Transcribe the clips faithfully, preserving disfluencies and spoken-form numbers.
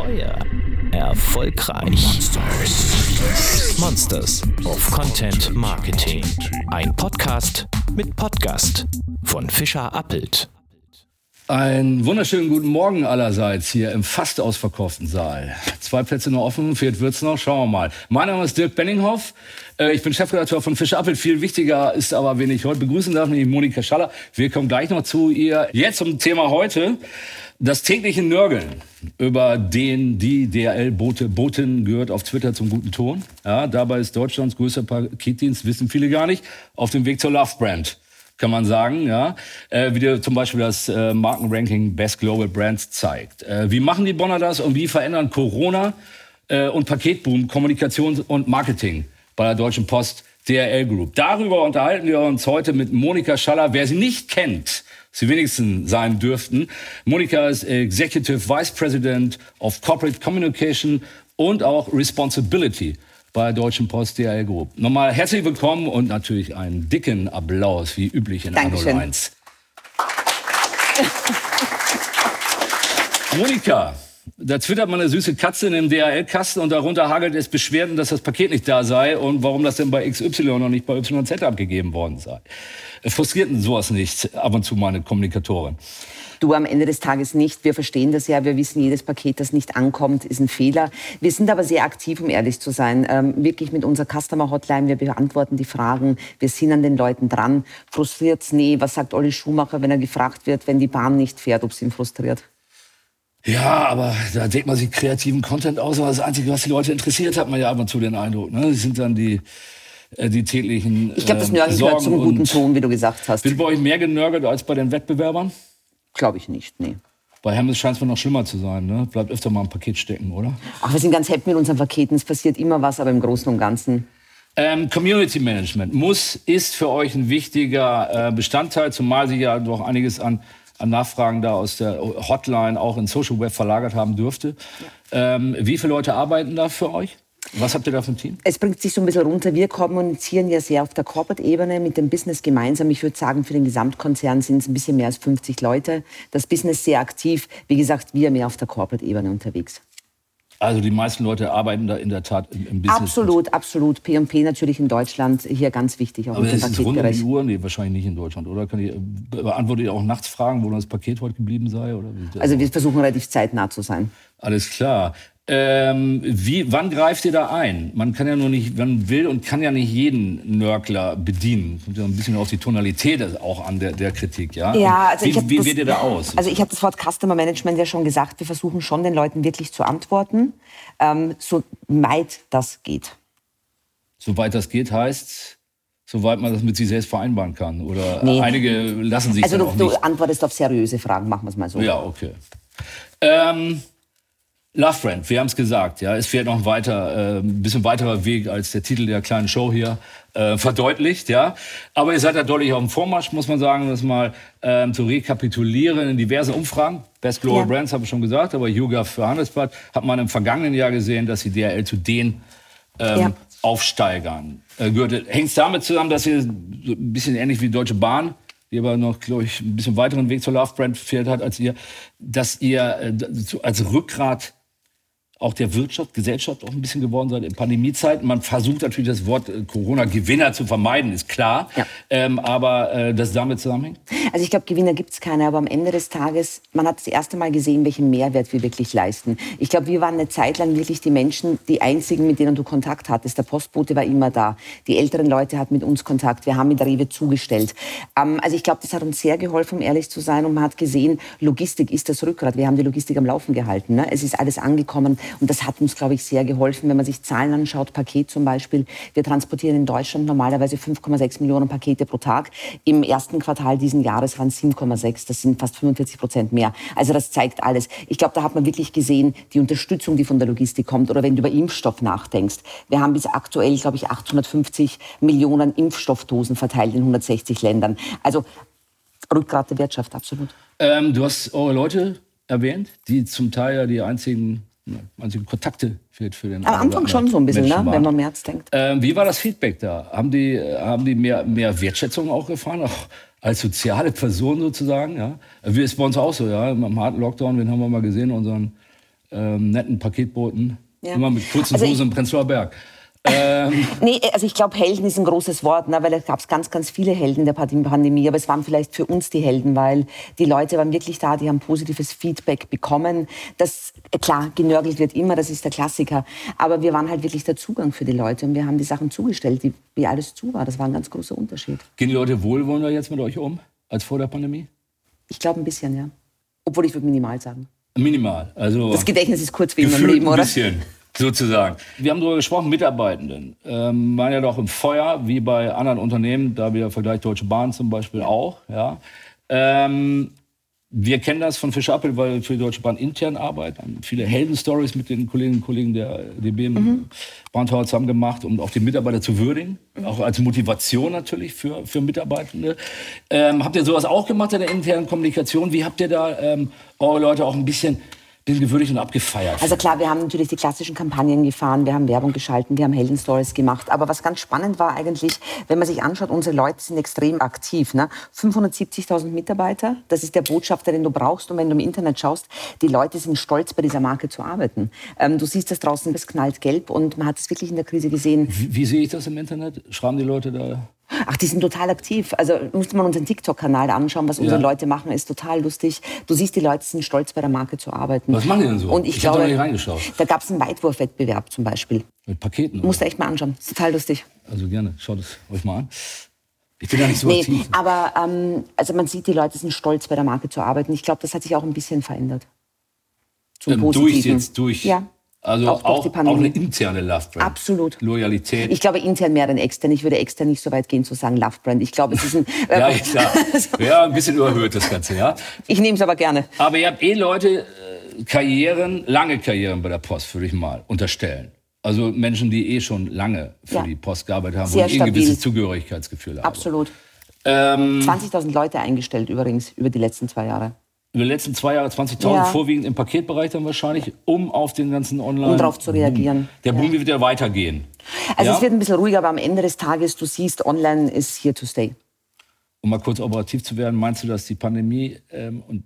Teuer. Erfolgreich. Monsters. Monsters of Content Marketing. Ein Podcast mit Podcast von Fischer Appelt. Einen wunderschönen guten Morgen allerseits hier im fast ausverkauften Saal. Zwei Plätze noch offen, viert wird's noch, schauen wir mal. Mein Name ist Dirk Benninghoff, ich bin Chefredakteur von Fischer Appelt. Viel wichtiger ist aber, wen ich heute begrüßen darf, nämlich Monika Schaller. Wir kommen gleich noch zu ihr. Jetzt zum Thema heute, das tägliche Nörgeln über den, die D H L-Bote, Botin gehört auf Twitter zum guten Ton. Ja, dabei ist Deutschlands größter Paketdienst, wissen viele gar nicht, auf dem Weg zur Love-Brand. Kann man sagen, ja, äh, wie dir zum Beispiel das äh, Markenranking Best Global Brands zeigt. Äh, wie machen die Bonner das und wie verändern Corona äh, und Paketboom Kommunikation und Marketing bei der Deutschen Post D H L Group? Darüber unterhalten wir uns heute mit Monika Schaller. Wer sie nicht kennt, sie wenigstens sein dürften. Monika ist Executive Vice President of Corporate Communication und auch Responsibility bei der Deutschen Post D H L Group. Nochmal herzlich willkommen und natürlich einen dicken Applaus, wie üblich in Anno eins. Monika, da twittert man eine süße Katze in dem D H L-Kasten und darunter hagelt es Beschwerden, dass das Paket nicht da sei und warum das denn bei X Y noch nicht bei Y Z abgegeben worden sei. Frustriert denn sowas nicht ab und zu meine Kommunikatorin? Du, am Ende des Tages nicht. Wir verstehen das ja. Wir wissen, jedes Paket, das nicht ankommt, ist ein Fehler. Wir sind aber sehr aktiv, um ehrlich zu sein. Ähm, wirklich mit unserer Customer Hotline. Wir beantworten die Fragen. Wir sind an den Leuten dran. Frustriert's? Nee. Was sagt Olli Schumacher, wenn er gefragt wird, wenn die Bahn nicht fährt, ob es ihn frustriert? Ja, aber da denkt man sich kreativen Content aus. Aber das Einzige, was die Leute interessiert, hat man ja ab und zu den Eindruck. Ne? Das sind dann die, äh, die täglichen Ich glaube, das Nörgeln gehört zum guten Ton, wie du gesagt hast. Wird bei euch mehr genörgelt als bei den Wettbewerbern? Glaube ich nicht, nee. Bei Hermes scheint es mir noch schlimmer zu sein, ne? Bleibt öfter mal ein Paket stecken, oder? Ach, wir sind ganz happy mit unseren Paketen. Es passiert immer was, aber im Großen und Ganzen. Ähm, Community Management muss, ist für euch ein wichtiger äh, Bestandteil, zumal Sie ja doch einiges an, an Nachfragen da aus der Hotline auch in Social Web verlagert haben dürfte. Ja. Ähm, wie viele Leute arbeiten da für euch? Was habt ihr da für ein Team? Es bringt sich so ein bisschen runter. Wir kommunizieren ja sehr auf der Corporate-Ebene mit dem Business gemeinsam. Ich würde sagen, für den Gesamtkonzern sind es ein bisschen mehr als fünfzig Leute. Das Business sehr aktiv. Wie gesagt, wir mehr auf der Corporate-Ebene unterwegs. Also die meisten Leute arbeiten da in der Tat im, im Business? Absolut, absolut. P und P natürlich in Deutschland hier ganz wichtig. Auch aber ist es rund um die Uhr? Nee, wahrscheinlich nicht in Deutschland, oder? Kann ich, beantwortet ihr auch nachts Fragen, wo das Paket heute geblieben sei? Oder also wir versuchen relativ zeitnah zu sein. Alles klar. Ähm, wie, wann greift ihr da ein? Man kann ja nur nicht, man will und kann ja nicht jeden Nörgler bedienen. Kommt ja ein bisschen auf die Tonalität auch an der, der Kritik, ja? Ja, also wie ich wie das, wählt ihr da aus? Also ich habe das Wort Customer Management ja schon gesagt. Wir versuchen schon, den Leuten wirklich zu antworten, ähm, so weit das geht. Soweit das geht heißt, soweit man das mit sich selbst vereinbaren kann? Oder nee. Einige lassen sich also dann du, auch nicht. du antwortest auf seriöse Fragen, machen wir es mal so. Ja, okay. Ähm, Love Brand, wir haben es gesagt, ja, es fährt noch ein weiter, äh, ein bisschen weiterer Weg als der Titel der kleinen Show hier äh, verdeutlicht, ja. Aber ihr seid da deutlich auf dem Vormarsch, muss man sagen, das mal ähm, zu rekapitulieren in diversen Umfragen. Best Global ja. Brands habe ich schon gesagt, aber YouGov für Handelsblatt hat man im vergangenen Jahr gesehen, dass die D H L zu den ähm, ja. Aufsteigern äh, gehört. Hängt es damit zusammen, dass ihr so ein bisschen ähnlich wie die Deutsche Bahn, die aber noch, glaube ich, ein bisschen weiteren Weg zur Love Brand fährt hat als ihr, dass ihr äh, als Rückgrat auch der Wirtschaft, Gesellschaft auch ein bisschen geworden seid in Pandemiezeiten. Man versucht natürlich das Wort äh, Corona-Gewinner zu vermeiden, ist klar. Ja. Ähm, aber äh, das damit zusammenhängt? Also ich glaube, Gewinner gibt es keine. Aber am Ende des Tages, man hat das erste Mal gesehen, welchen Mehrwert wir wirklich leisten. Ich glaube, wir waren eine Zeit lang wirklich die Menschen, die einzigen, mit denen du Kontakt hattest. Der Postbote war immer da. Die älteren Leute hatten mit uns Kontakt. Wir haben mit der Rewe zugestellt. Ähm, also ich glaube, das hat uns sehr geholfen, um ehrlich zu sein. Und man hat gesehen, Logistik ist das Rückgrat. Wir haben die Logistik am Laufen gehalten. Ne? Es ist alles angekommen. Und das hat uns, glaube ich, sehr geholfen, wenn man sich Zahlen anschaut. Paket zum Beispiel. Wir transportieren in Deutschland normalerweise fünf Komma sechs Millionen Pakete pro Tag. Im ersten Quartal diesen Jahres waren es sieben Komma sechs. Das sind fast fünfundvierzig Prozent mehr. Also das zeigt alles. Ich glaube, da hat man wirklich gesehen, die Unterstützung, die von der Logistik kommt. Oder wenn du über Impfstoff nachdenkst. Wir haben bis aktuell, glaube ich, achthundertfünfzig Millionen Impfstoffdosen verteilt in hundertsechzig Ländern. Also Rückgrat der Wirtschaft, absolut. Ähm, du hast eure Leute erwähnt, die zum Teil ja die einzigen einzige Kontakte für, für den Am Anfang schon so ein bisschen, ne? Wenn man am März denkt. Ähm, wie war das Feedback da? Haben die, haben die mehr, mehr Wertschätzung auch erfahren, auch als soziale Person sozusagen? Ja? Wie ist bei uns auch so, ja? Im harten Lockdown, den haben wir mal gesehen, unseren ähm, netten Paketboten, Ja. immer mit kurzen Also Hosen im Prenzlauer Berg. Ähm, Nee, also ich glaube, Helden ist ein großes Wort, ne, weil es gab ganz, ganz viele Helden der Pandemie, aber es waren vielleicht für uns die Helden, weil die Leute waren wirklich da, die haben positives Feedback bekommen. Das, klar, genörgelt wird immer, das ist der Klassiker, aber wir waren halt wirklich der Zugang für die Leute und wir haben die Sachen zugestellt, die, wie alles zu war. Das war ein ganz großer Unterschied. Gehen die Leute wohlwollender jetzt mit euch um, als vor der Pandemie? Ich glaube ein bisschen, ja. Obwohl ich würde minimal sagen. Minimal, also... Das Gedächtnis ist kurz wie im gefühlt Leben, oder? ein bisschen. Sozusagen. Wir haben darüber gesprochen, Mitarbeitenden ähm, waren ja doch im Feuer, wie bei anderen Unternehmen, da wir Vergleich Deutsche Bahn zum Beispiel auch. Ja. Ähm, wir kennen das von Fischer Appelt, weil wir für die Deutsche Bahn intern arbeiten, haben viele Heldenstories mit den Kolleginnen und Kollegen der D B Mhm. Bahntower zusammen gemacht, um auch die Mitarbeiter zu würdigen, auch als Motivation natürlich für, für Mitarbeitende. Ähm, habt ihr sowas auch gemacht in der internen Kommunikation? Wie habt ihr da ähm, eure Leute auch ein bisschen gewürdigt und abgefeiert? Also klar, wir haben natürlich die klassischen Kampagnen gefahren, wir haben Werbung geschalten, wir haben Heldenstories gemacht. Aber was ganz spannend war eigentlich, wenn man sich anschaut, unsere Leute sind extrem aktiv. Ne? fünfhundertsiebzigtausend Mitarbeiter, das ist der Botschafter, den du brauchst. Und wenn du im Internet schaust, die Leute sind stolz, bei dieser Marke zu arbeiten. Ähm, du siehst das draußen, das knallt gelb und man hat es wirklich in der Krise gesehen. Wie, wie sehe ich das im Internet? Schreiben die Leute da... Ach, die sind total aktiv. Also musste man unseren TikTok-Kanal anschauen, was unsere Ja. Leute machen, ist total lustig. Du siehst, die Leute sind stolz, bei der Marke zu arbeiten. Was machen die denn so? Und ich, Ich hab da glaube, nicht reingeschaut. da gab es einen Weitwurfwettbewerb zum Beispiel. Mit Paketen? oder? Musst du echt mal anschauen. Ist total lustig. Also gerne, schaut es euch mal an. Ich bin da nicht so Nee, aktiv. aber ähm, also man sieht, die Leute sind stolz, bei der Marke zu arbeiten. Ich glaube, das hat sich auch ein bisschen verändert. Zum Ähm, Positiven. durch jetzt, durch. Ja. Also Auch auch, durch die auch, eine Pandemie. interne Love Brand. Absolut. Loyalität. Ich glaube intern mehr denn extern. Ich würde extern nicht so weit gehen zu sagen Love Brand. Ich glaube, es ist ein... Äh, ja, klar. Ja, ein bisschen überhöht das Ganze, ja. Ich nehme es aber gerne. Aber ihr habt eh Leute, äh, Karrieren, lange Karrieren bei der Post, würde ich mal unterstellen. Also Menschen, die eh schon lange für Ja. die Post gearbeitet haben Sehr und eh ein stabil. gewisses Zugehörigkeitsgefühl haben. Absolut. Ähm, zwanzigtausend Leute eingestellt übrigens über die letzten zwei Jahre. über die letzten zwei Jahre zwanzigtausend, Ja. vorwiegend im Paketbereich dann wahrscheinlich, um auf den ganzen Online... Um darauf zu reagieren. Der Boom Ja. wird ja weitergehen. Also Ja? es wird ein bisschen ruhiger, aber am Ende des Tages, du siehst, online ist here to stay. Um mal kurz operativ zu werden, meinst du, dass die Pandemie ähm, und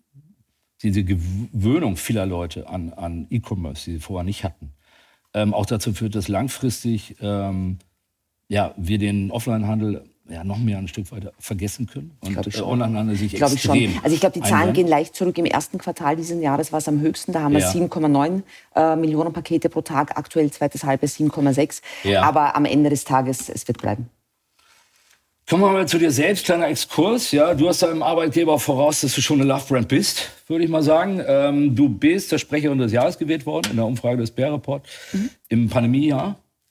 diese Gewöhnung vieler Leute an, an E-Commerce, die sie vorher nicht hatten, ähm, auch dazu führt, dass langfristig ähm, ja, wir den Offline-Handel ja, noch mehr ein Stück weiter vergessen können und Glaub ich äh, schon. Online-Handel sich Glaube ich extrem schon. Also ich glaube, die Zahlen einbrennt? gehen leicht zurück. Im ersten Quartal dieses Jahres war es am höchsten. Da haben wir Ja. sieben Komma neun äh, Millionen Pakete pro Tag. Aktuell zweites Halbjahr sieben Komma sechs. Ja. Aber am Ende des Tages, es wird bleiben. Kommen wir mal zu dir selbst, kleiner Exkurs. Ja, du hast deinem Arbeitgeber voraus, dass du schon eine Love Brand bist, würde ich mal sagen. Ähm, du bist der Sprecherin des Jahres gewählt worden in der Umfrage des Bär Report Mhm. im Pandemiejahr.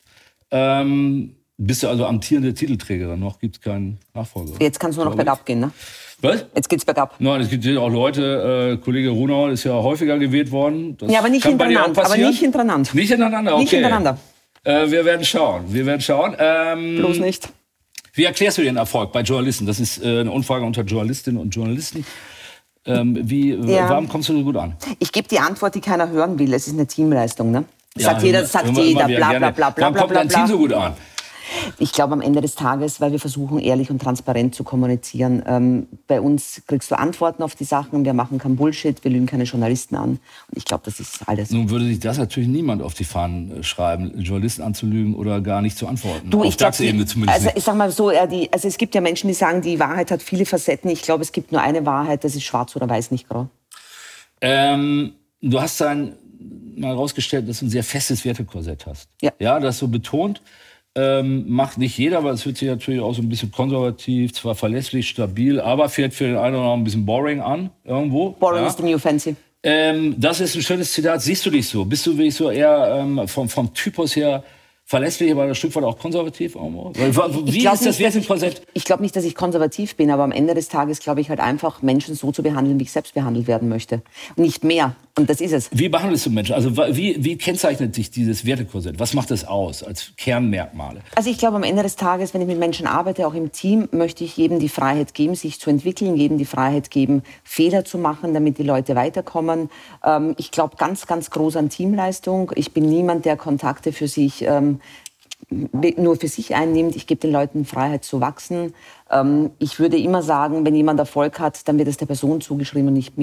Ähm, bist du also amtierende Titelträgerin, noch gibt es keinen Nachfolger. Jetzt kann es nur noch Glaub ich. bergab gehen, ne? Was? Jetzt geht's bergab. Nein, es gibt ja auch Leute, äh, Kollege Runau ist ja häufiger gewählt worden. Das Ja, aber nicht kann bei dir auch hintereinander. Aber passieren. nicht hintereinander. Nicht hintereinander, okay. Nicht hintereinander. Äh, wir werden schauen, wir werden schauen. Ähm, Bloß nicht. Wie erklärst du den Erfolg bei Journalisten? Das ist äh, eine Umfrage unter Journalistinnen und Journalisten. Ähm, wie, Ja. Warum kommst du so gut an? Ich gebe die Antwort, die keiner hören will. Es ist eine Teamleistung, ne? Ja, Sagt jeder, hören wir- sagt hören wir jeder, immer wieder bla gerne. bla bla bla Warum bla kommt bla dein Team bla. so gut an? Ich glaube am Ende des Tages, weil wir versuchen, ehrlich und transparent zu kommunizieren. Ähm, bei uns kriegst du Antworten auf die Sachen. Wir machen keinen Bullshit, wir lügen keine Journalisten an. Und ich glaube, das ist alles. Nun würde sich das natürlich niemand auf die Fahnen äh, schreiben, Journalisten anzulügen oder gar nicht zu antworten. Du, auf ich glaub, DAX-Ebene die- zumindest Also nicht. ich sag mal so, äh, die, also es gibt ja Menschen, die sagen, die Wahrheit hat viele Facetten. Ich glaube, es gibt nur eine Wahrheit, das ist schwarz oder weiß, nicht grau. Ähm, du hast dann mal herausgestellt, dass du ein sehr festes Wertekorsett hast. Ja. Ja, das so betont. Ähm, macht nicht jeder, weil es hört sich natürlich auch so ein bisschen konservativ, zwar verlässlich, stabil, aber fährt für den einen oder anderen ein bisschen boring an, irgendwo. Boring ja. is the new fancy. Ähm, das ist ein schönes Zitat. Siehst du dich so? Bist du wirklich so eher ähm, vom, vom Typus her verlässlich, aber ein Stück weit auch konservativ irgendwo? Weil, wie Ich glaub ist das nicht, dass ich, Wertekorsett? ich glaube nicht, dass ich konservativ bin, aber am Ende des Tages glaube ich halt einfach, Menschen so zu behandeln, wie ich selbst behandelt werden möchte. Nicht mehr. Und das ist es. Wie behandelst du Menschen? Also wa- wie, wie kennzeichnet sich dieses Wertekorsett? Was macht das aus als Kernmerkmale? Also ich glaube, am Ende des Tages, wenn ich mit Menschen arbeite, auch im Team, möchte ich jedem die Freiheit geben, sich zu entwickeln, jedem die Freiheit geben, Fehler zu machen, damit die Leute weiterkommen. Ähm, ich glaube ganz, ganz groß an Teamleistung. Ich bin niemand, der Kontakte für sich ähm, nur für sich einnimmt. Ich gebe den Leuten Freiheit zu wachsen. Ähm, ich würde immer sagen, wenn jemand Erfolg hat, dann wird es der Person zugeschrieben und nicht mir.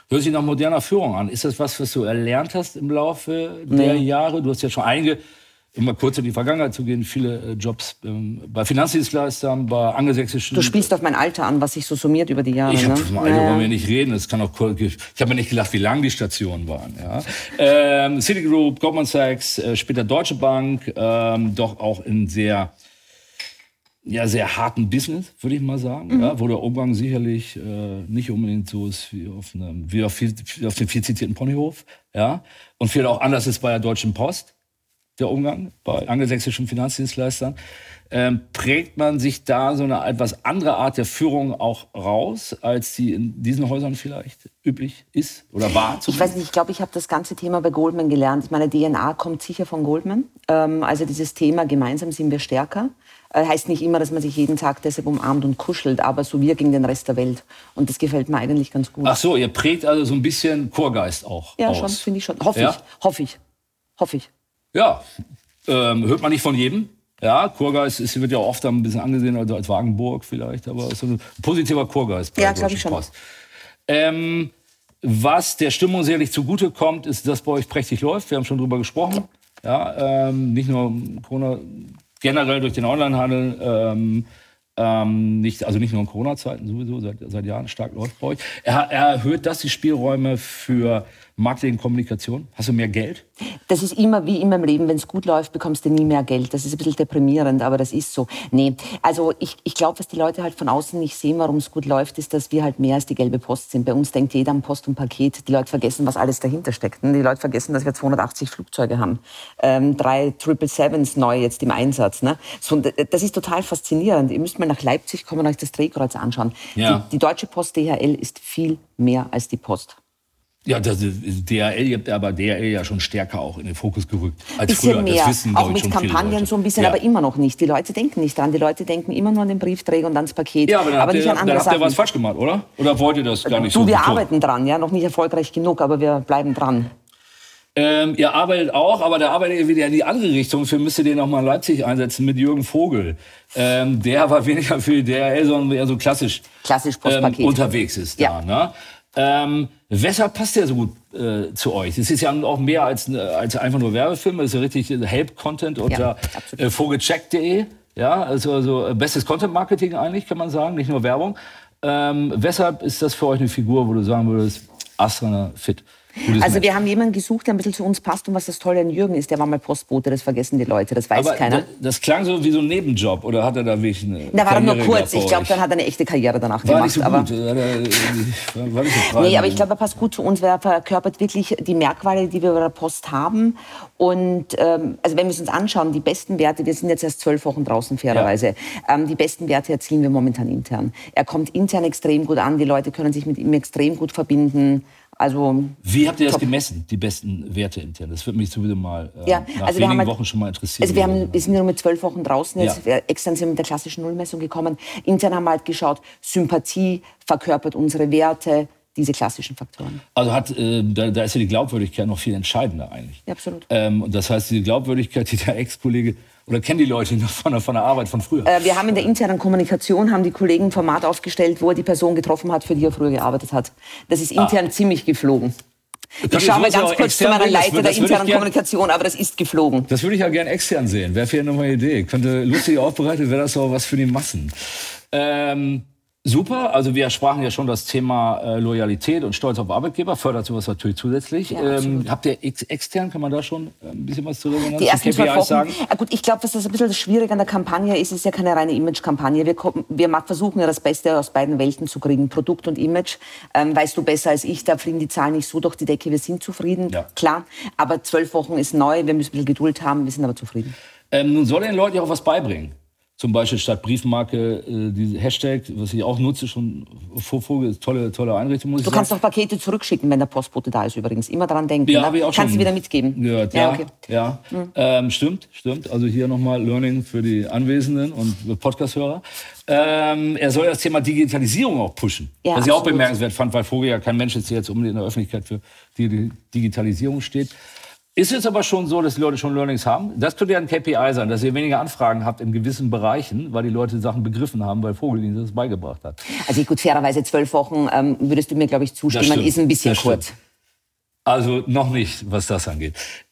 Hört sich nach moderner Führung an. Ist das was, was du erlernt hast im Laufe der Nee. Jahre? Du hast ja schon einige, um mal kurz in die Vergangenheit zu gehen, viele äh, Jobs ähm, bei Finanzdienstleistern, bei angelsächsischen... Du spielst auf mein Alter an, was sich so summiert über die Jahre. Ich habe ne? vom Alter Ja. wollen wir nicht reden. Das kann auch kurz, ich habe mir nicht gedacht, wie lang die Stationen waren. Ja. Ähm, Citigroup, Goldman Sachs, äh, später Deutsche Bank, ähm, doch auch in sehr, ja, sehr harten Business, würde ich mal sagen. Mhm. Ja, wo der Umgang sicherlich äh, nicht unbedingt so ist wie auf, einem, wie auf, viel, auf dem viel zitierten Ponyhof. Ja. Und viel auch anders ist bei der Deutschen Post, der Umgang bei angelsächsischen Finanzdienstleistern. Ähm, prägt man sich da so eine etwas andere Art der Führung auch raus, als die in diesen Häusern vielleicht üblich ist oder war? Ich weiß nicht, ich glaube, ich habe das ganze Thema bei Goldman gelernt. Meine D N A kommt sicher von Goldman. Ähm, also dieses Thema, gemeinsam sind wir stärker. Äh, heißt nicht immer, dass man sich jeden Tag deshalb umarmt und kuschelt, aber so wir gegen den Rest der Welt. Und das gefällt mir eigentlich ganz gut. Ach so, ihr prägt also so ein bisschen Chorgeist auch ja, aus. schon, finde ich schon. Hoffe Ja? ich, hoffe ich, hoffe ich. Ja, ähm, hört man nicht von jedem. Ja, Chorgeist ist, wird ja auch oft ein bisschen angesehen, also als Wagenburg vielleicht, aber so ein positiver Chorgeist bei Ja, der glaub ich Deutschen schon. Post. Ähm, was der Stimmung sicherlich zugute kommt, ist, dass bei euch prächtig läuft. Wir haben schon drüber gesprochen. Ja, ähm, nicht nur Corona, generell durch den Onlinehandel, ähm, ähm, nicht, also nicht nur in Corona-Zeiten sowieso, seit, seit Jahren stark läuft bei euch. Er, er erhöht das die Spielräume für Marketing, Kommunikation? Hast du mehr Geld? Das ist immer wie immer im Leben, wenn es gut läuft, bekommst du nie mehr Geld. Das ist ein bisschen deprimierend, aber das ist so. Nee, also ich, ich glaube, was die Leute halt von außen nicht sehen, warum es gut läuft, ist, dass wir halt mehr als die gelbe Post sind. Bei uns denkt jeder an Post und Paket. Die Leute vergessen, was alles dahinter steckt. Die Leute vergessen, dass wir zweihundertachtzig Flugzeuge haben. Ähm, drei Triple Sevens neu jetzt im Einsatz. Ne? So, das ist total faszinierend. Ihr müsst mal nach Leipzig kommen und euch das Drehkreuz anschauen. Ja. Die, die Deutsche Post D H L ist viel mehr als die Post. Ja, das ist D H L, ihr habt aber D H L ja schon stärker auch in den Fokus gerückt als Bisschen früher. mehr, Das wissen, auch glaub ich, mit schon viele Kampagnen Leute. so ein bisschen, Ja. aber immer noch nicht. Die Leute denken nicht dran. Die Leute denken immer nur an den Briefträger und ans Paket, Ja, aber dann aber habt, nicht ihr, an dann andere habt ihr Sachen. was falsch gemacht, oder? Oder wollt ihr das gar nicht so? Du, wir betonen? arbeiten dran, ja, noch nicht erfolgreich genug, aber wir bleiben dran. Ähm, ihr arbeitet auch, aber da arbeitet ihr wieder in die andere Richtung. Für müsst ihr den noch mal in Leipzig einsetzen mit Jürgen Vogel. Ähm, der war weniger für die D H L, sondern eher so klassisch, Klassisch Postpaket. ähm, unterwegs ist. Ja. Da, ne? ähm, weshalb passt der so gut äh, zu euch? Es ist ja auch mehr als, äh, als einfach nur Werbefilm. Es ist ja richtig Help-Content unter Ja, absolut. äh, vogelcheck punkt de. Ja, also, also äh, bestes Content-Marketing eigentlich, kann man sagen, nicht nur Werbung. Ähm, weshalb ist das für euch eine Figur, wo du sagen würdest, Astra fit? Gutes Also Match. wir haben jemanden gesucht, der ein bisschen zu uns passt und was das Tolle an Jürgen ist, der war mal Postbote, das vergessen die Leute, das weiß Aber keiner. Das, das klang so wie so ein Nebenjob, oder hat er da wirklich eine Da war er nur Karriere kurz, gehabt bei ich glaube, euch? dann hat er eine echte Karriere danach War gemacht. nicht so aber gut. Hat er, äh, war nicht so frei. Nee, aber ich glaube, er passt gut zu uns, weil er verkörpert wirklich die Merkmale, die wir bei der Post haben. Und ähm, also wenn wir es uns anschauen, die besten Werte, wir sind jetzt erst zwölf Wochen draußen, fairerweise, ähm, die besten Werte erzielen wir momentan intern. Er kommt intern extrem gut an, die Leute können sich mit ihm extrem gut verbinden. Also, Wie habt ihr das top. gemessen, die besten Werte intern? Das würde mich sowieso mal äh, Ja, nach also wir wenigen haben halt- Wochen schon mal interessieren. Also wir, haben, wir sind ja nur mit zwölf Wochen draußen jetzt. Ja. Wir extern sind wir mit der klassischen Nullmessung gekommen. Intern haben wir halt geschaut, Sympathie verkörpert unsere Werte, diese klassischen Faktoren. Also hat, äh, da, da ist ja die Glaubwürdigkeit noch viel entscheidender eigentlich. Ja, absolut. Ähm, und das heißt, die Glaubwürdigkeit, die der Ex-Kollege, oder kennen die Leute ihn noch von der, von der Arbeit von früher? Äh, wir haben in der internen Kommunikation, haben die Kollegen ein Format aufgestellt, wo er die Person getroffen hat, für die er früher gearbeitet hat. Das ist intern ziemlich geflogen. Ich Das schaue mal muss ja ganz auch kurz zu extern meiner sehen, das Leiter würde- der das würde ich internen gern- Kommunikation, aber das ist geflogen. Das würde ich ja gern extern sehen. Wäre für eine neue Idee. Könnte lustig aufbereitet, wäre das auch was für die Massen. Ähm, super, also wir sprachen ja schon das Thema äh, Loyalität und Stolz auf Arbeitgeber, fördert sowas natürlich zusätzlich. Ja, ähm, absolut. habt ihr ex extern, kann man da schon äh, ein bisschen was zu sagen? Die ersten zwölf Wochen. sagen? Ah, gut, ich glaube, was das ein bisschen das Schwierige an der Kampagne ist, ist ja keine reine Image-Kampagne. Wir, kommen- wir ma- versuchen ja das Beste aus beiden Welten zu kriegen, Produkt und Image. Ähm, weißt du besser als ich, da fliegen die Zahlen nicht so durch die Decke. Wir sind zufrieden, Ja. klar. Aber zwölf Wochen ist neu, wir müssen ein bisschen Geduld haben, wir sind aber zufrieden. Ähm, nun soll den Leuten ja auch was beibringen. Zum Beispiel statt Briefmarke, äh, diese Hashtag, was ich auch nutze, schon Vorvogel, ist tolle, tolle Einrichtung, muss Du ich kannst sagen. auch Pakete zurückschicken, wenn der Postbote da ist übrigens. Immer daran denken. Ja, ne? habe ich auch Kannst schon du wieder mitgeben. gehört. Ja, Ja, okay. ja. Ähm, stimmt, stimmt. Also hier nochmal Learning für die Anwesenden und Podcast-Hörer. Ähm, er soll das Thema Digitalisierung auch pushen. Ja, was ich auch absolut. bemerkenswert fand, weil Vogel ja kein Mensch ist, der jetzt unbedingt in der Öffentlichkeit für die Digitalisierung steht. Ist es aber schon so, dass die Leute schon Learnings haben? Das könnte ja ein K P I sein, dass ihr weniger Anfragen habt in gewissen Bereichen, weil die Leute Sachen begriffen haben, weil Vogeldienst das beigebracht hat. Also gut, fairerweise zwölf Wochen, ähm, würdest du mir, glaube ich, zustimmen, stimmt, ist ein bisschen kurz. Also noch nicht, was das angeht.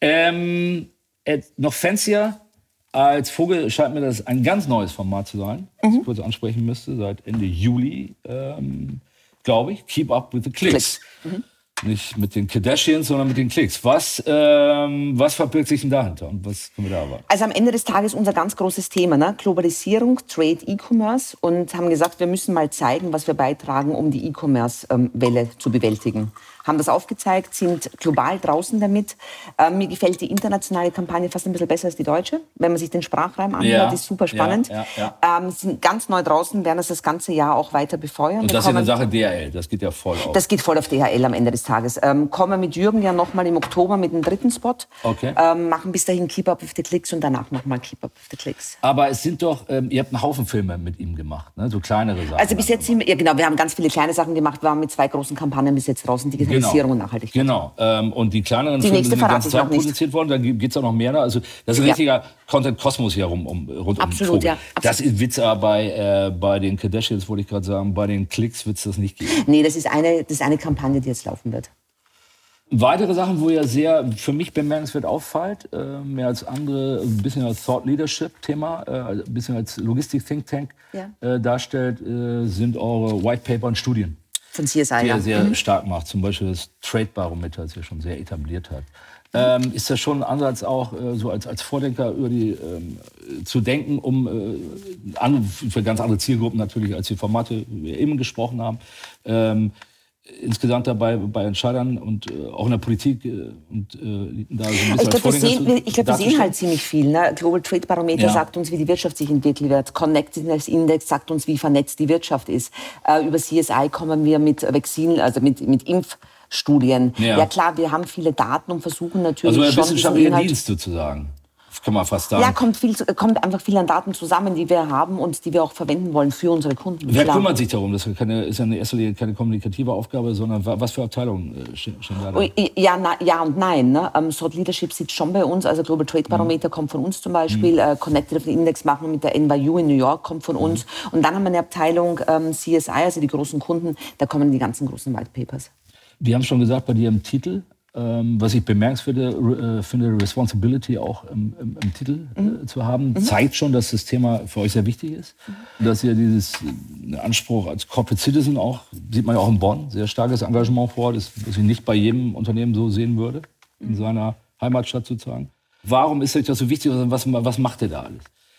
Ähm, äh, noch fancier als Vogel scheint mir das ein ganz neues Format zu sein, das mhm. ich kurz ansprechen müsste, seit Ende Juli, ähm, glaube ich. Keep Up with the Clicks. Clicks. Mhm. Nicht mit den Kardashians, sondern mit den Klicks. Was, ähm, was verbirgt sich denn dahinter und was können wir da erwarten? Also am Ende des Tages unser ganz großes Thema, ne? Globalisierung, Trade, E-Commerce, und haben gesagt, wir müssen mal zeigen, was wir beitragen, um die E-Commerce-Welle ähm, zu bewältigen. Haben das aufgezeigt, sind global draußen damit. Ähm, mir gefällt die internationale Kampagne fast ein bisschen besser als die deutsche. Wenn man sich den Sprachreim anhört, ja, ist super spannend. Ja, ja, ja. Ähm, sind ganz neu draußen, werden es das ganze Jahr auch weiter befeuern. Und das ist ja eine Sache D H L, das geht ja voll auf. Das geht voll auf D H L am Ende des Tages. Ähm, kommen mit Jürgen ja nochmal im Oktober mit dem dritten Spot. Okay. Ähm, machen bis dahin Keep Up with the Clicks und danach nochmal Keep Up with the Clicks. Aber es sind doch, ähm, ihr habt einen Haufen Filme mit ihm gemacht, ne? So kleinere Sachen. Also bis jetzt sind wir, ja genau, wir haben ganz viele kleine Sachen gemacht, wir waren mit zwei großen Kampagnen bis jetzt draußen, Digitalisierung genau. und Nachhaltigkeit. Genau, ähm, und die kleineren die Filme sind die ganze Zeit nicht. produziert worden, da geht es auch noch mehr. Also das ist ein ja. richtiger Content-Kosmos hier rum, um, rund absolut, um Vogel. Ja, absolut. Das ist Witz, aber bei, äh, bei den Kardashians, wollte ich gerade sagen, bei den Klicks wird es das nicht geben. Nee, das ist, eine, das ist eine Kampagne, die jetzt laufen wird. Weitere Sachen, wo ihr sehr für mich bemerkenswert auffällt, äh, mehr als andere, ein bisschen als Thought Leadership Thema, äh, ein bisschen als Logistik Think Tank ja. äh, darstellt, äh, sind eure White Paper und Studien. Von C S I, die er ja. sehr mhm. stark macht. Zum Beispiel das Trade Barometer, das er schon sehr etabliert hat. Ähm, ist das schon ein Ansatz auch, äh, so als, als Vordenker über die, ähm, zu denken, um äh, an, für ganz andere Zielgruppen natürlich, als die Formate, wie wir eben gesprochen haben, ähm, insgesamt dabei bei Entscheidern und äh, auch in der Politik äh, und äh, da so ein bisschen ich glaube, wir sehen, ich glaub, wir sehen halt ziemlich viel. Ne? Global Trade Barometer ja. sagt uns, wie die Wirtschaft sich entwickelt wird. Connectedness Index sagt uns, wie vernetzt die Wirtschaft ist. Äh, über C S I kommen wir mit Vaccine, also mit, mit Impfstudien. Ja. ja klar, wir haben viele Daten und versuchen natürlich also schon... Also wissenschaftlicher Dienst sozusagen. Kann man fast sagen. Ja, kommt, viel, kommt einfach viel an Daten zusammen, die wir haben und die wir auch verwenden wollen für unsere Kunden. Wer Klar. kümmert sich darum? Das ist, keine, ist ja in erster Linie keine kommunikative Aufgabe, sondern was für Abteilungen stehen da? Ja, na, ja und nein. Ne? Um, Thought Leadership sitzt schon bei uns. Also Global Trade Barometer mhm. kommt von uns zum Beispiel. Mhm. Uh, Connected Index machen wir mit der N Y U in New York, kommt von mhm. uns. Und dann haben wir eine Abteilung um, C S I, also die großen Kunden. Da kommen die ganzen großen White Papers. Wir haben schon gesagt, bei dir im Titel, Ähm, was ich bemerkenswert äh, finde, Responsibility auch im, im, im Titel äh, mhm. zu haben, mhm. zeigt schon, dass das Thema für euch sehr wichtig ist. Mhm. Dass ihr dieses äh, Anspruch als Corporate Citizen auch, sieht man ja auch in Bonn, sehr starkes Engagement vor, das, das ich nicht bei jedem Unternehmen so sehen würde, in mhm. seiner Heimatstadt sozusagen. Warum ist euch das so wichtig? Was, was macht ihr da alles?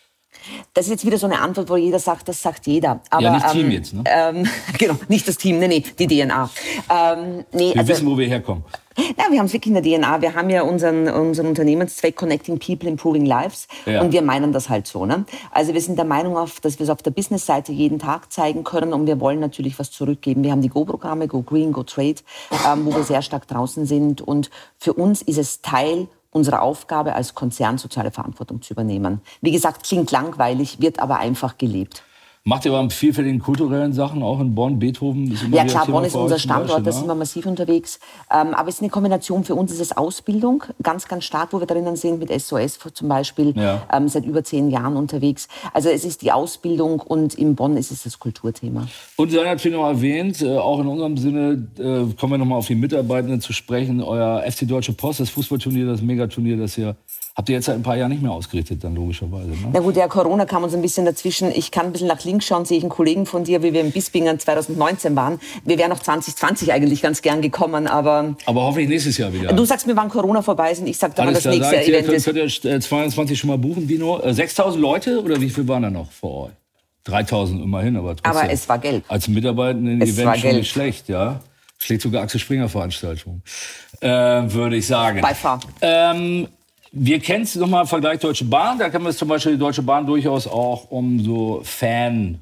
Das ist jetzt wieder so eine Antwort, wo jeder sagt, das sagt jeder. Aber, ja, nicht Team ähm, jetzt, ne? Ähm, genau, nicht das Team, nee, nee, die D N A. Ähm, nee, wir also, wissen, wo wir herkommen. Ja, wir haben es wirklich in der D N A. Wir haben ja unseren, unseren Unternehmenszweck Connecting People, Improving Lives. Ja. Und wir meinen das halt so. Ne? Also wir sind der Meinung, auf, dass wir es auf der Business-Seite jeden Tag zeigen können. Und wir wollen natürlich was zurückgeben. Wir haben die Go-Programme, Go Green, Go Trade, ähm, wo wir sehr stark draußen sind. Und für uns ist es Teil unsere Aufgabe als Konzern, soziale Verantwortung zu übernehmen. Wie gesagt, klingt langweilig, wird aber einfach gelebt. Macht ihr aber in vielfältigen kulturellen Sachen, auch in Bonn, Beethoven? Ist immer ja klar, Thema Bonn ist unser Standort, Beispiel, da sind wir massiv unterwegs. Ähm, aber es ist eine Kombination, für uns ist es Ausbildung, ganz, ganz stark, wo wir drinnen sind, mit S O S zum Beispiel, ja. ähm, seit über zehn Jahren unterwegs. Also es ist die Ausbildung und in Bonn ist es das Kulturthema. Und Sie haben natürlich noch erwähnt, äh, auch in unserem Sinne, äh, kommen wir nochmal auf die Mitarbeitenden zu sprechen, euer F C Deutsche Post, das Fußballturnier, das Megaturnier, das ihr habt ihr jetzt seit ein paar Jahren nicht mehr ausgerichtet, dann logischerweise. Ne? Na gut, ja, Corona kam uns ein bisschen dazwischen. Ich kann ein bisschen nach links schauen, sehe ich einen Kollegen von dir, wie wir in Bispingen zwanzig neunzehn waren. Wir wären noch zwanzig zwanzig eigentlich ganz gern gekommen, aber... Aber hoffentlich nächstes Jahr wieder. Du sagst mir, wann Corona vorbei ist und ich sag dann, das nächste sagt, Event könnt, ist. Könnt ihr zweiundzwanzig schon mal buchen, Dino? Äh, sechstausend Leute oder wie viel waren da noch vor Ort? dreitausend immerhin, aber trotzdem. Aber es war gelb. Als Mitarbeitenden in Event schon nicht schlecht, ja. Schlägt sogar Axel Springer Veranstaltung, äh, würde ich sagen. By far. Ähm, Wir kennen es nochmal im Vergleich Deutsche Bahn. Da kann man es zum Beispiel die Deutsche Bahn durchaus auch um so Fandom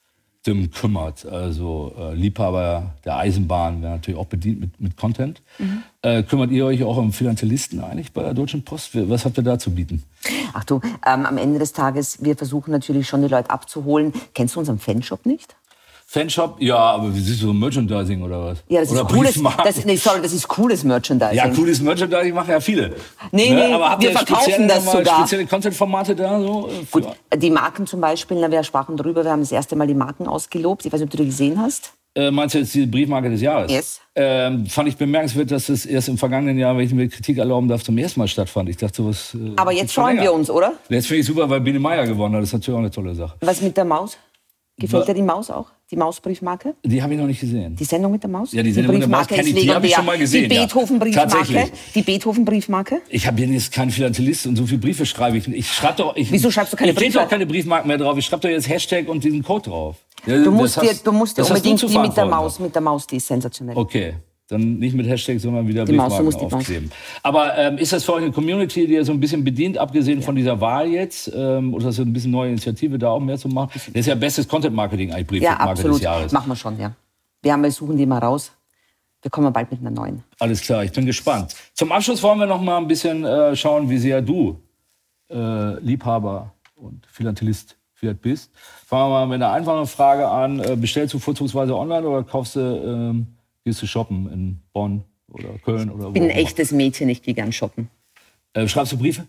kümmert. Also äh, Liebhaber der Eisenbahn werden natürlich auch bedient mit, mit Content. Mhm. Äh, kümmert ihr euch auch um Philatelisten eigentlich bei der Deutschen Post? Was habt ihr da zu bieten? Ach du, ähm, am Ende des Tages, wir versuchen natürlich schon die Leute abzuholen. Kennst du unseren Fanshop nicht? Fanshop? Ja, aber wie siehst du so Merchandising oder was? Ja, das oder ist cooles, das, nee, sorry, das ist cooles Merchandising. Ja, cooles Merchandising machen ja viele. Nee, ne? nee, aber habt wir ihr verkaufen das mal sogar. Spezielle Content-Formate da so? Gut, die Marken zum Beispiel, na, wir sprachen drüber, wir haben das erste Mal die Marken ausgelobt. Ich weiß nicht, ob du die gesehen hast. Äh, meinst du jetzt die Briefmarke des Jahres? Yes. Ähm, fand ich bemerkenswert, dass das erst im vergangenen Jahr, wenn ich mir Kritik erlauben darf, zum ersten Mal stattfand. Ich dachte, sowas. Äh, aber jetzt freuen wir uns, oder? Jetzt finde ich super, weil Biene Meier gewonnen hat. Das ist natürlich auch eine tolle Sache. Was mit der Maus? Gefällt dir die Maus auch? Die Mausbriefmarke? Die habe ich noch nicht gesehen. Die Sendung mit der Maus? Ja, die Sendung mit der Maus kenne ich, die habe ich schon mal gesehen. Die Beethoven-Briefmarke? Ja, die Beethoven-Briefmarke? Ich habe jetzt kein Philatelist und so viele Briefe schreibe ich. Ich schreibe doch. Ich, Wieso schreibst du keine ich Briefe? Ich doch keine Briefmarken mehr drauf. Ich schreibe doch jetzt Hashtag und diesen Code drauf. Ja, du musst dir, hast, du musst dir unbedingt du die mit der Maus. Mit der Maus, die ist sensationell. Okay. Dann nicht mit Hashtag, sondern wieder die Briefmarken Maus, aufkleben. Aber ähm, ist das für euch eine Community, die ihr so ein bisschen bedient, abgesehen ja. von dieser Wahl jetzt? Ähm, oder ist das ein bisschen neue Initiative, da auch mehr zu machen? Das ist ja bestes Content-Marketing eigentlich, Briefmarke ja, absolut. des Jahres. Machen wir schon, ja. Wir haben, wir suchen die mal raus. Wir kommen bald mit einer neuen. Alles klar, ich bin gespannt. Zum Abschluss wollen wir noch mal ein bisschen äh, schauen, wie sehr du äh, Liebhaber und Philatelist bist. Fangen wir mal mit einer einfachen Frage an. Äh, bestellst du vorzugsweise online oder kaufst du... Ähm, Gehst du shoppen in Bonn oder Köln oder wo? Ich bin ein echtes Mädchen, ich gehe gern shoppen. Äh, schreibst du Briefe?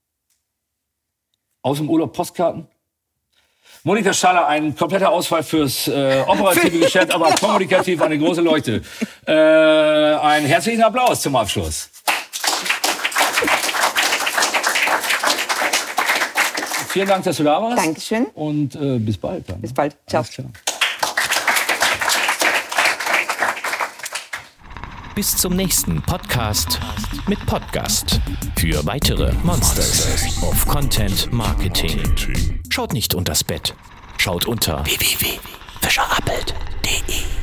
Aus dem Urlaub Postkarten? Monika Schaller, ein kompletter Ausfall fürs äh, operative Geschäft, aber kommunikativ eine große Leuchte. Äh, einen herzlichen Applaus zum Abschluss. Vielen Dank, dass du da warst. Dankeschön. Und äh, bis bald. Dann. Bis bald. Ciao. Bis zum nächsten Podcast mit Podcast. Für weitere Monsters of Content Marketing. Schaut nicht unters Bett. Schaut unter w w w punkt fischer appelt punkt de.